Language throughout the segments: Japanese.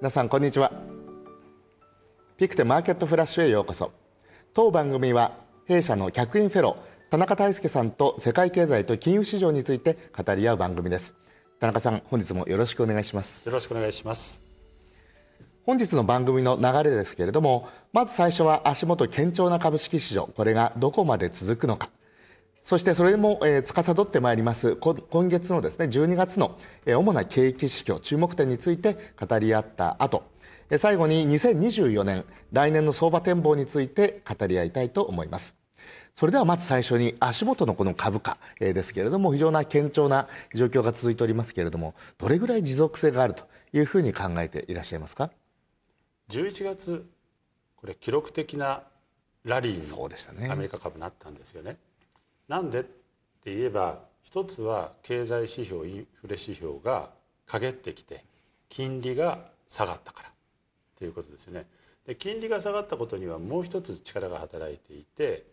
皆さんこんにちは。ピクテマーケットフラッシュへようこそ。当番組は弊社の客員フェロー田中泰介さんと世界経済と金融市場について語り合う番組です。田中さん、本日もよろしくお願いします。 よろしくお願いします。 本日の番組の流れですけれども、まず最初は足元堅調な株式市場、これがどこまで続くのか、そしてそれも司ってまいります今月のですね12月の主な景気指標注目点について語り合った後、最後に2024年来年の相場展望について語り合いたいと思います。それではまず最初に足元のこの株価ですけれども、非常な堅調な状況が続いておりますけれども、どれぐらい持続性があるというふうに考えていらっしゃいますか。 11月これ記録的なラリーそうでしたね。 にアメリカ株なったんですよね。なんでって言えば、一つは経済指標インフレ指標が陰ってきて金利が下がったからということですよね。で金利が下がったことにはもう一つ力が働いていて、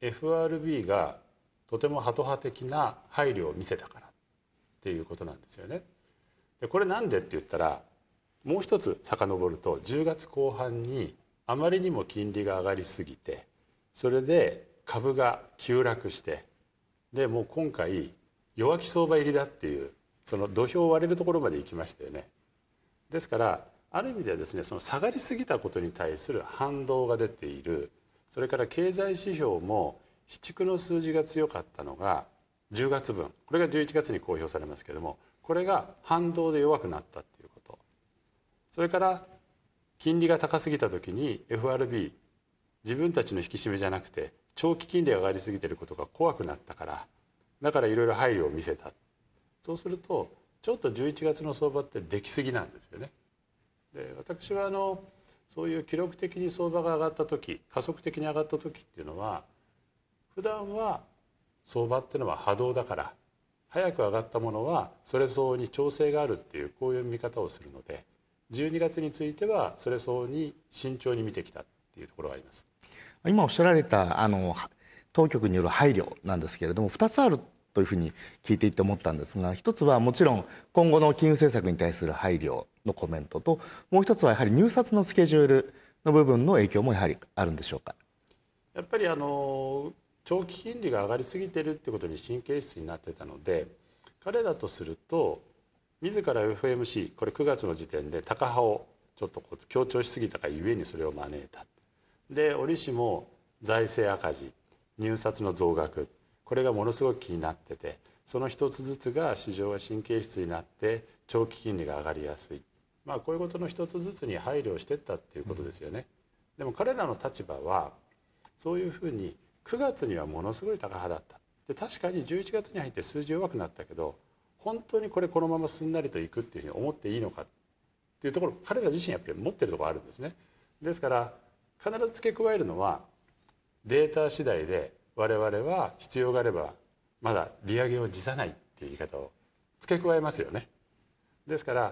FRB がとてもハト派的な配慮を見せたからっていうことなんですよね。でこれなんでって言ったら、もう一つ遡ると10月後半にあまりにも金利が上がりすぎて、それで株が急落して、でもう今回弱気相場入りだっていう、その土俵を割れるところまで行きましたよね。ですからある意味ではですね、その下がりすぎたことに対する反動が出ている。それから経済指標も市地区の数字が強かったのが10月分、これが11月に公表されますけれども、これが反動で弱くなったっていうこと。それから金利が高すぎた時に FRB 自分たちの引き締めじゃなくて長期金利が上がりすぎていることが怖くなったから、だからいろいろ配慮を見せた。そうするとちょっと11月の相場ってできすぎなんですよね。で私はそういう記録的に相場が上がった時、加速的に上がった時っていうのは、普段は相場っていうのは波動だから、早く上がったものはそれ相応に調整があるっていう、こういう見方をするので、12月についてはそれ相応に慎重に見てきたっていうところがあります。 今おっしゃられた当局による配慮なんですけれども、2つあるというふうに聞いていて思ったんですが、一つはもちろん今後の金融政策に対する配慮のコメントと、もう一つはやはり入札のスケジュールの部分の影響もやはりあるんでしょうか。 やっぱり長期金利が上がりすぎてるってことに神経質になってたので、彼らとすると自ら FMC、 これ9月の時点で高派をちょっと強調しすぎたがゆえにそれを招いた。で折しも財政赤字、入札の増額、これがものすごく気になってて、その一つずつが市場が神経質になって長期金利が上がりやすい、こういうことの一つずつに配慮していったっていうことですよね。でも彼らの立場はそういうふうに9月にはものすごい高派だった。で確かに11月に入って数字弱くなったけど、本当にこのまますんなりといくっていうふうに思っていいのかっていうところ、彼ら自身やっぱり持ってるところあるんですね。ですから必ず付け加えるのは、データ次第で我々は必要があればまだ利上げを辞さないっていう言い方を付け加えますよね。ですから、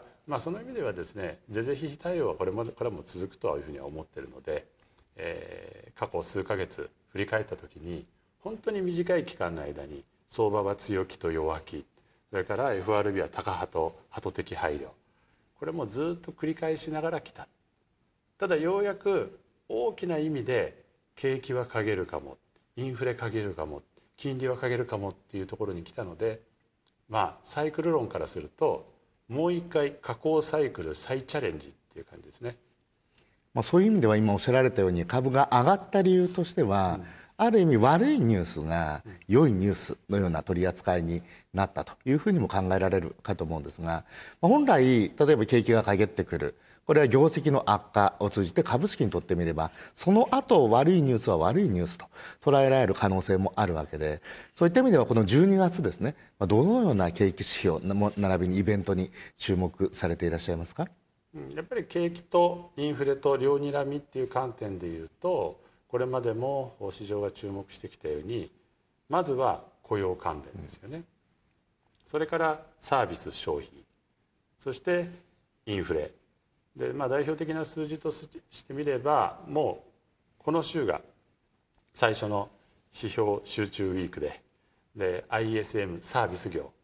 その意味ではですね、是々非々対応はこれも続くというふうには思っているので、過去数ヶ月振り返った時に、本当に短い期間の間に相場は強気と弱気、それから FRB はタカ派とハト的配慮、これもずっと繰り返しながら来た。ただようやく大きな意味で景気は陰るかも、インフレ陰るかも、金利は陰るかもっていうところに来たので、サイクル論からするともう一回下降サイクル再チャレンジっていう感じですね。 そういう意味では今おっしゃられたように、株が上がった理由としては、ある意味悪いニュースが良いニュースのような取り扱いになったというふうにも考えられるかと思うんですが、本来例えば景気が陰ってくる、これは業績の悪化を通じて株式にとってみれば、その後悪いニュースは悪いニュースと捉えられる可能性もあるわけで、そういった意味ではこの12月ですね、どのような景気指標並びにイベントに注目されていらっしゃいますか。 やっぱり景気とインフレと両睨みっていう観点でいうと、これまでも市場が注目してきたように、まずは雇用関連ですよね。それからサービス消費、そしてインフレで、代表的な数字としてみれば、もうこの週が最初の指標集中ウィークで ISM サービス業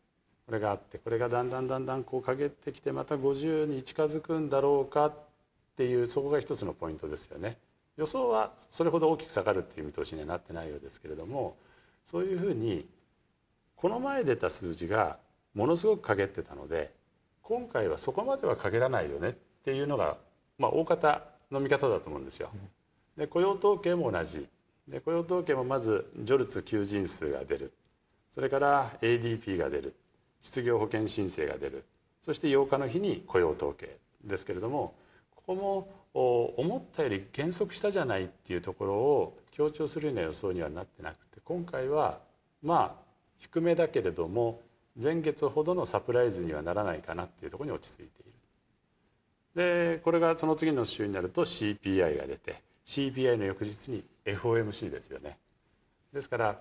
これがあって、これがだんだんこう陰ってきてまた50に近づくんだろうかっていう、そこが一つのポイントですよね。予想はそれほど大きく下がるっていう見通しにはなってないようですけれども、そういうふうにこの前出た数字がものすごく陰ってたので、今回はそこまでは陰らないよねっていうのが、大方の見方だと思うんですよ。で雇用統計も同じで、雇用統計もまずジョルツ求人数が出る、それから ADP が出る、失業保険申請が出る、そして8日の日に雇用統計ですけれども、ここも思ったより減速したじゃないっていうところを強調するような予想にはなってなくて、今回は低めだけれども前月ほどのサプライズにはならないかなっていうところに落ち着いている。でこれがその次の週になると CPI が出て、 CPI の翌日に FOMC ですよね。ですから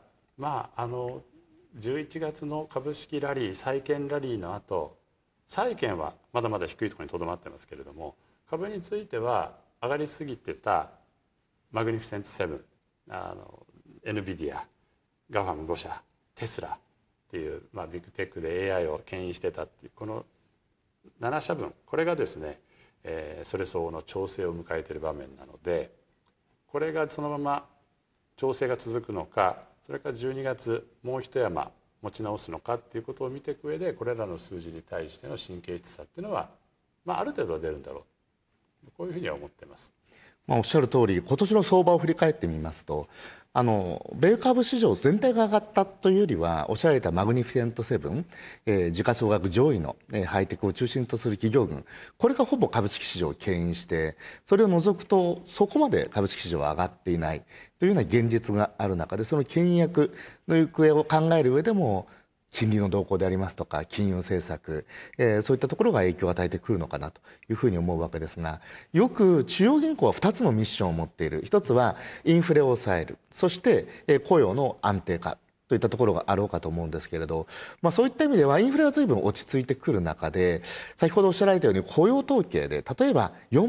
11月の株式ラリー、債券ラリーの後、債券はまだまだ低いところにとどまってますけれども、株については上がりすぎてたマグニフィセント7、NVIDIA、ガファム5社、テスラっていう、ビッグテックで AI を牽引してたっていうこの7社分、これがですね、それ相応の調整を迎えている場面なので、これがそのまま調整が続くのか、それから12月もう一山持ち直すのかっていうことを見ていく上で、これらの数字に対しての神経質さっていうのは、ある程度は出るんだろう、こういうふうには思っています。 おっしゃる通り、今年の相場を振り返ってみますと、米株市場全体が上がったというよりは、おっしゃられたマグニフィセント7、時価総額上位の、ハイテクを中心とする企業群、これがほぼ株式市場を牽引して、それを除くとそこまで株式市場は上がっていないというような現実がある中で、その牽引役の行方を考える上でも、金利の動向でありますとか金融政策、そういったところが影響を与えてくるのかなというふうに思うわけですが、よく中央銀行は2つのミッションを持っている。一つはインフレを抑える、そして、雇用の安定化といったところがあろうかと思うんですけれど、そういった意味ではインフレは随分落ち着いてくる中で、先ほどおっしゃられたように雇用統計で例えば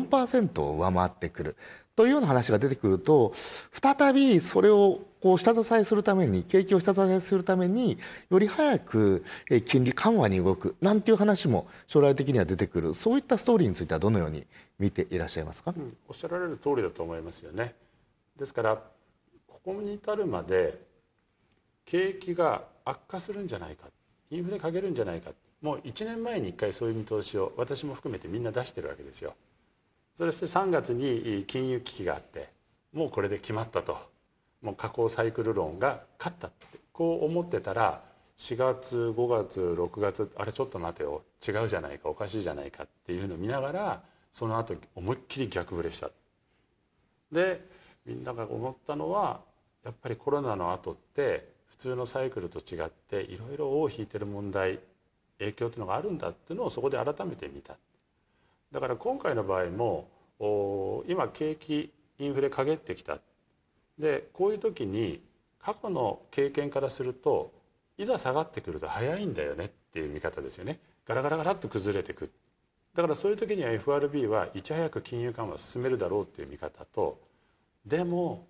4% を上回ってくるというような話が出てくると、再びそれを下支えするために、景気を下支えするためにより早く金利緩和に動くなんていう話も将来的には出てくる。そういったストーリーについてはどのように見ていらっしゃいますか？ おっしゃられる通りだと思いますよね。ですからここに至るまで景気が悪化するんじゃないか、インフレかけるんじゃないか、もう1年前に1回そういう見通しを私も含めてみんな出してるわけですよ。そして3月に金融危機があって、もうこれで決まったと、もう下降サイクル論が勝ったってこう思ってたら、4月5月6月、あれちょっと待てよ、違うじゃないか、おかしいじゃないかっていうのを見ながら、その後思いっきり逆ブレした。でみんなが思ったのは、やっぱりコロナの後って普通のサイクルと違っていろいろ尾を引いてる問題、影響っていうのがあるんだっていうのをそこで改めて見た。だから今回の場合も今景気インフレ陰ってきた。でこういう時に過去の経験からすると、いざ下がってくると早いんだよねっていう見方ですよね。ガラガラガラっと崩れてく。だからそういう時には FRB はいち早く金融緩和を進めるだろうっていう見方と、でも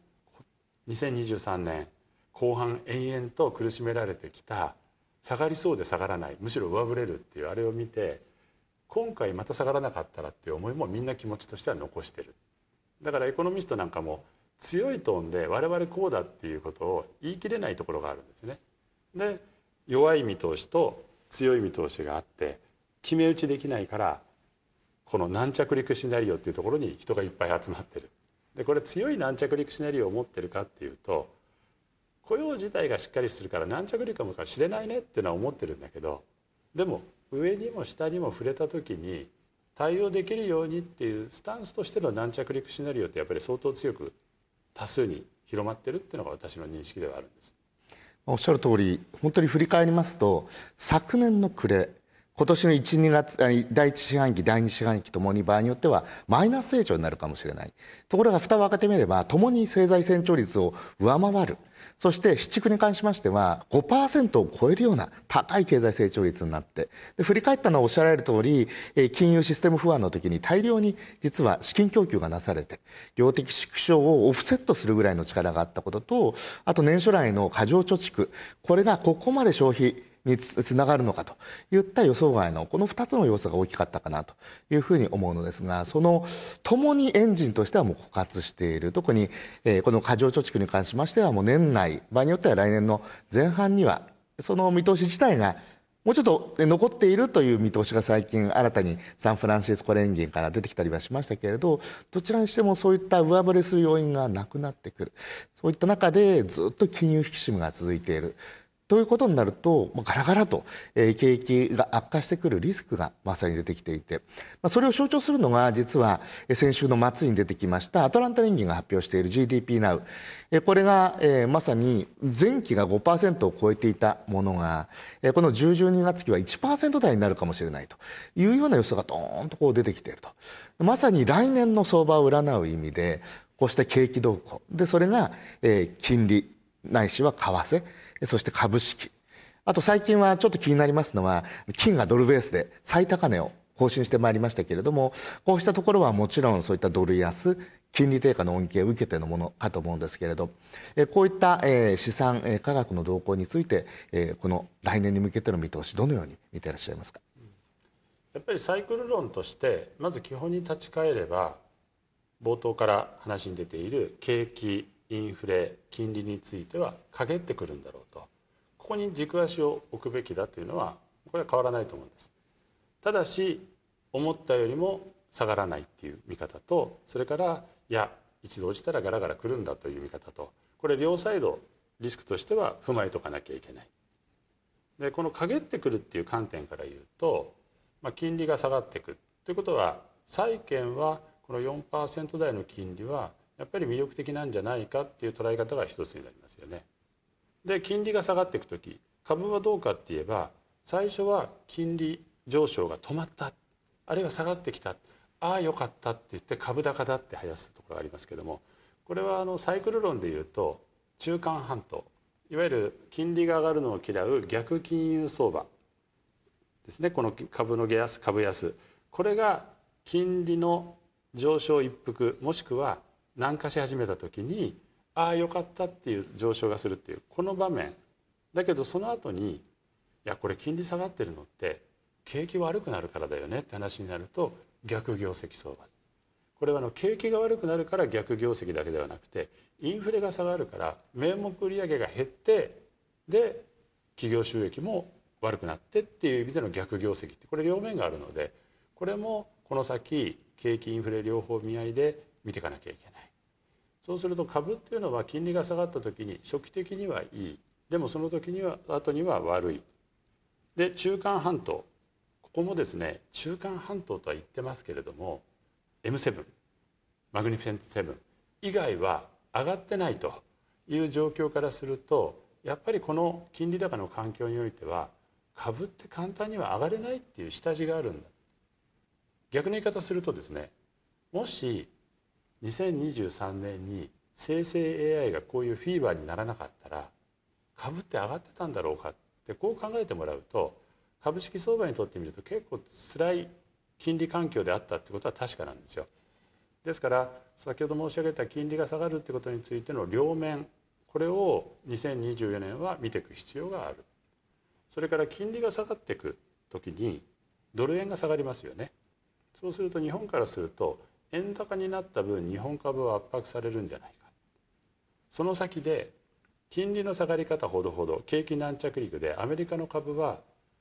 2023年後半延々と苦しめられてきた、下がりそうで下がらない、むしろ上振れるっていうあれを見て、今回また下がらなかったらっていう思いもみんな気持ちとしては残してる。だからエコノミストなんかも強いトーンで我々こうだっていうことを言い切れないところがあるんですね。で弱い見通しと強い見通しがあって決め打ちできないから、この軟着陸シナリオっていうところに人がいっぱい集まってる。でこれ強い軟着陸シナリオを持ってるかっていうと、雇用自体がしっかりするから軟着陸かもしれないねっていうのは思ってるんだけど、でも上にも下にも触れた時に対応できるようにっていうスタンスとしての軟着陸シナリオってやっぱり相当強く多数に広まってるっていうのが私の認識ではあるんです。 おっしゃる通り、本当に振り返りますと、昨年の暮れ、今年の1、2月、第1四半期、第2四半期ともに場合によってはマイナス成長になるかもしれない。ところが蓋を開けてみれば、ともに経済成長率を上回る。そして市区に関しましては 5% を超えるような高い経済成長率になって、で振り返ったのはおっしゃられる通り、金融システム不安の時に大量に実は資金供給がなされて、量的縮小をオフセットするぐらいの力があったことと、あと年初来の過剰貯蓄、これがここまで消費につながるのかといった予想外のこの2つの要素が大きかったかなというふうに思うのですが、その共にエンジンとしてはもう枯渇している。特にこの過剰貯蓄に関しましてはもう年内、場合によっては来年の前半にはその見通し自体がもうちょっと残っているという見通しが最近新たにサンフランシスコ連銀から出てきたりはしましたけれど、どちらにしてもそういった上振れする要因がなくなってくる。そういった中でずっと金融引き締めが続いている。ということになると、ガラガラと景気が悪化してくるリスクがまさに出てきていて、それを象徴するのが実は先週の末に出てきましたアトランタ連銀が発表している GDP Now。これがまさに前期が 5% を超えていたものがこの10、12月期は 1% 台になるかもしれないというような予想がドーンとこう出てきていると。まさに来年の相場を占う意味でこうした景気動向で、それが金利ないしは為替、そして株式、あと最近はちょっと気になりますのは金がドルベースで最高値を更新してまいりましたけれども、こうしたところはもちろんそういったドル安、金利低下の恩恵を受けてのものかと思うんですけれど、こういった資産価格の動向についてこの来年に向けての見通し、どのように見ていらっしゃいますか。 やっぱりサイクル論としてまず基本に立ち返れば、冒頭から話に出ている景気、インフレ、金利については陰ってくるんだろうと、ここに軸足を置くべきだというのはこれは変わらないと思うんです。ただし思ったよりも下がらないっていう見方と、それからいや一度落ちたらガラガラくるんだという見方と、これ両サイドリスクとしては踏まえとかなきゃいけない。でこの陰ってくるっていう観点から言うと、金利が下がっていくということは、債券はこの 4% 台の金利はやっぱり魅力的なんじゃないかっていう捉え方が一つになりますよね。で金利が下がっていくとき、株はどうかって言えば、最初は金利上昇が止まった、あるいは下がってきた、ああよかったって言って株高だって生やすところがありますけども、これはサイクル論でいうと中間半島、いわゆる金利が上がるのを嫌う逆金融相場ですね。この株の安、株安、これが金利の上昇一服、もしくは軟化し始めた時に、ああよかったっていう上昇がするっていうこの場面だけど、その後にいやこれ金利下がってるのって景気悪くなるからだよねって話になると逆業績相場。これは景気が悪くなるから逆業績だけではなくて、インフレが下がるから名目売上が減って、で企業収益も悪くなってっていう意味での逆業績って、これ両面があるので、これもこの先景気インフレ両方見合いで見ていかなきゃいけない。そうすると株っていうのは金利が下がった時に初期的にはいい、でもその時には後には悪い。で中間半島、ここもですね、中間半島とは言ってますけれども M7 マグニフィセント7以外は上がってないという状況からすると、やっぱりこの金利高の環境においては株って簡単には上がれないっていう下地があるんだ。逆の言い方するとですね、もし2023年に生成 AI がこういうフィーバーにならなかったら株って上がってたんだろうかって、こう考えてもらうと、株式相場にとってみると結構辛い金利環境であったってことは確かなんですよ。ですから先ほど申し上げた金利が下がるってことについての両面、これを2024年は見ていく必要がある。それから金利が下がっていく時にドル円が下がりますよね。そうすると日本からすると円高になった分日本株は圧迫されるんじゃないか。その先で金利の下がり方ほどほど景気軟着陸でアメリカの株は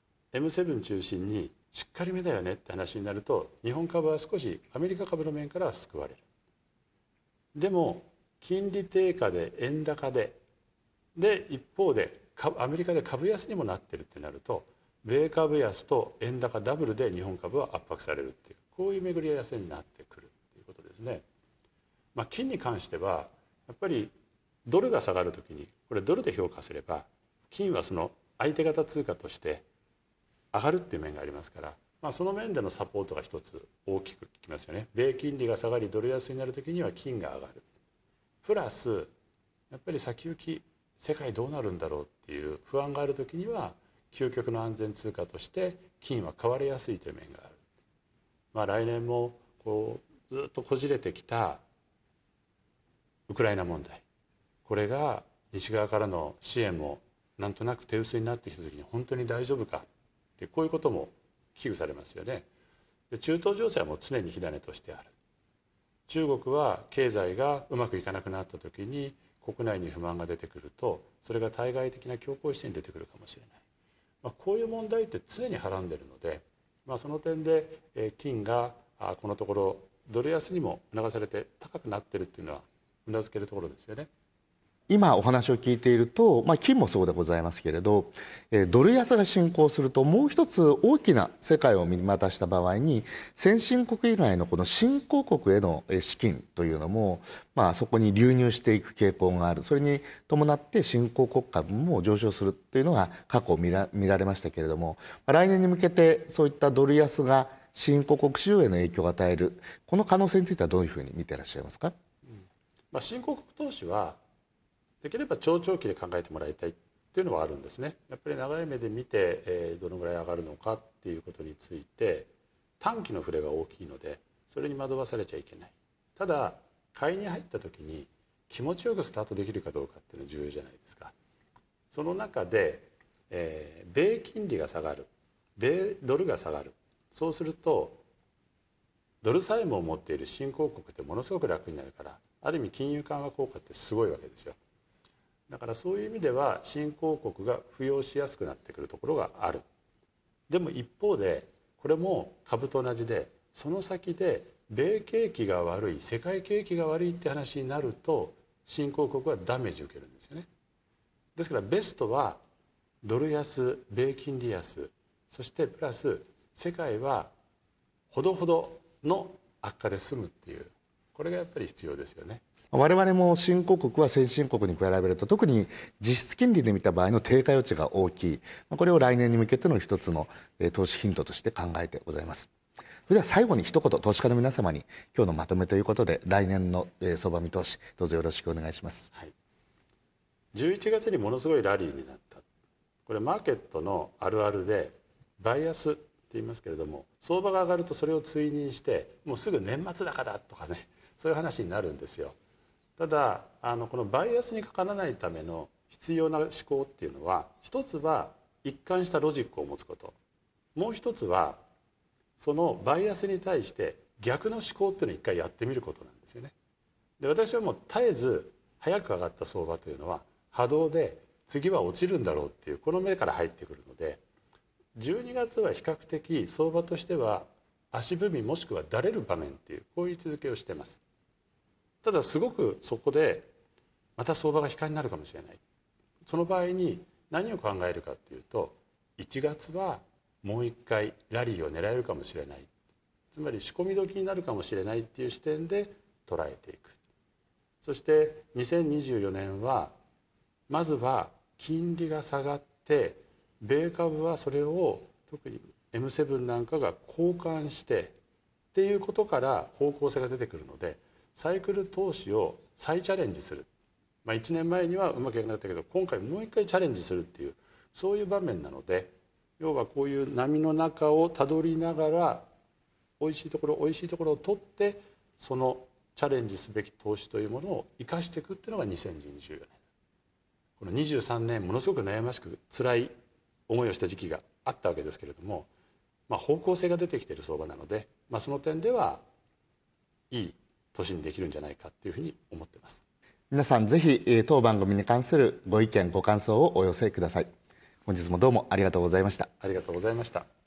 M7 中心にしっかりめだよねって話になると、日本株は少しアメリカ株の面からは救われる。でも金利低下で円高で一方でアメリカで株安にもなってるってなると、米株安と円高ダブルで日本株は圧迫されるっていう、こういう巡り合わせになってくるということですね。金に関してはやっぱりドルが下がるときに、これドルで評価すれば金はその相手方通貨として上がるっていう面がありますから、その面でのサポートが一つ大きくきますよね。米金利が下がりドル安になるときには金が上がる。プラスやっぱり先行き世界どうなるんだろうっていう不安があるときには究極の安全通貨として金は買われやすいという面がある。来年もずっとこじれてきたウクライナ問題、これが西側からの支援もなんとなく手薄になってきた時に本当に大丈夫かってこういうことも危惧されますよね。で中東情勢はもう常に火種としてある。中国は経済がうまくいかなくなった時に国内に不満が出てくるとそれが対外的な強硬姿勢に出てくるかもしれない、こういう問題って常にはらんでいるので、その点で金がこのところドル安にも促されて高くなっているっていうのはうなずけるところですよね。 今お話を聞いていると、金もそうでございますけれど、ドル安が進行するともう一つ大きな世界を見渡した場合に先進国以外のこの新興国への資金というのも、そこに流入していく傾向がある。それに伴って新興国株も上昇するというのが過去見られましたけれども、来年に向けてそういったドル安が新興国市場への影響を与えるこの可能性についてはどういうふうに見ていらっしゃいますか？ 新興国投資はできれば長期で考えてもらいたいっていうのはあるんですね。やっぱり長い目で見て、どのぐらい上がるのかっていうことについて短期の振れが大きいのでそれに惑わされちゃいけない。ただ買いに入った時に気持ちよくスタートできるかどうかっていうのは重要じゃないですか。その中で、米金利が下がる、米ドルが下がる、そうするとドル債務を持っている新興国ってものすごく楽になるから、ある意味金融緩和効果ってすごいわけですよ。だからそういう意味では新興国が浮揚しやすくなってくるところがある。でも一方でこれも株と同じで、その先で米景気が悪い、世界景気が悪いって話になると新興国はダメージを受けるんですよね。ですからベストはドル安、米金利安、そしてプラス世界はほどほどの悪化で済むっていう、これがやっぱり必要ですよね。 我々も新興国は先進国に比べると特に実質金利で見た場合の低下余地が大きい。これを来年に向けての一つの投資ヒントとして考えてございます。それでは最後に一言、投資家の皆様に今日のまとめということで来年の相場見通しどうぞよろしくお願いします。 はい、11月にものすごいラリーになった。これマーケットのあるあるでバイアスって言いますけれども、相場が上がるとそれを追認してもうすぐ年末高だとかね、そういう話になるんですよ。ただこのバイアスにかからないための必要な思考っていうのは、一つは一貫したロジックを持つこと、もう一つはそのバイアスに対して逆の思考っていうのを一回やってみることなんですよね。で私はもう絶えず早く上がった相場というのは波動で次は落ちるんだろうっていうこの目から入ってくるので、12月は比較的相場としては足踏みもしくはだれる場面っていうこういう位置づけをしています。ただすごくそこでまた相場が悲観になるかもしれない。その場合に何を考えるかっていうと、1月はもう一回ラリーを狙えるかもしれない、つまり仕込み時になるかもしれないっていう視点で捉えていく。そして2024年はまずは金利が下がって米株はそれを特に M7 なんかが交換してっていうことから方向性が出てくるので、サイクル投資を再チャレンジする、1年前にはうまくいかなかったけど今回もう一回チャレンジするっていう、そういう場面なので、要はこういう波の中をたどりながらおいしいところを取ってそのチャレンジすべき投資というものを生かしていくっていうのが2024年。この23年ものすごく悩ましく辛い思いをした時期があったわけですけれども、方向性が出てきている相場なので、その点ではいい年にできるんじゃないかというふうに思っています。 皆さんぜひ当番組に関するご意見ご感想をお寄せください。本日もどうもありがとうございました。 ありがとうございました。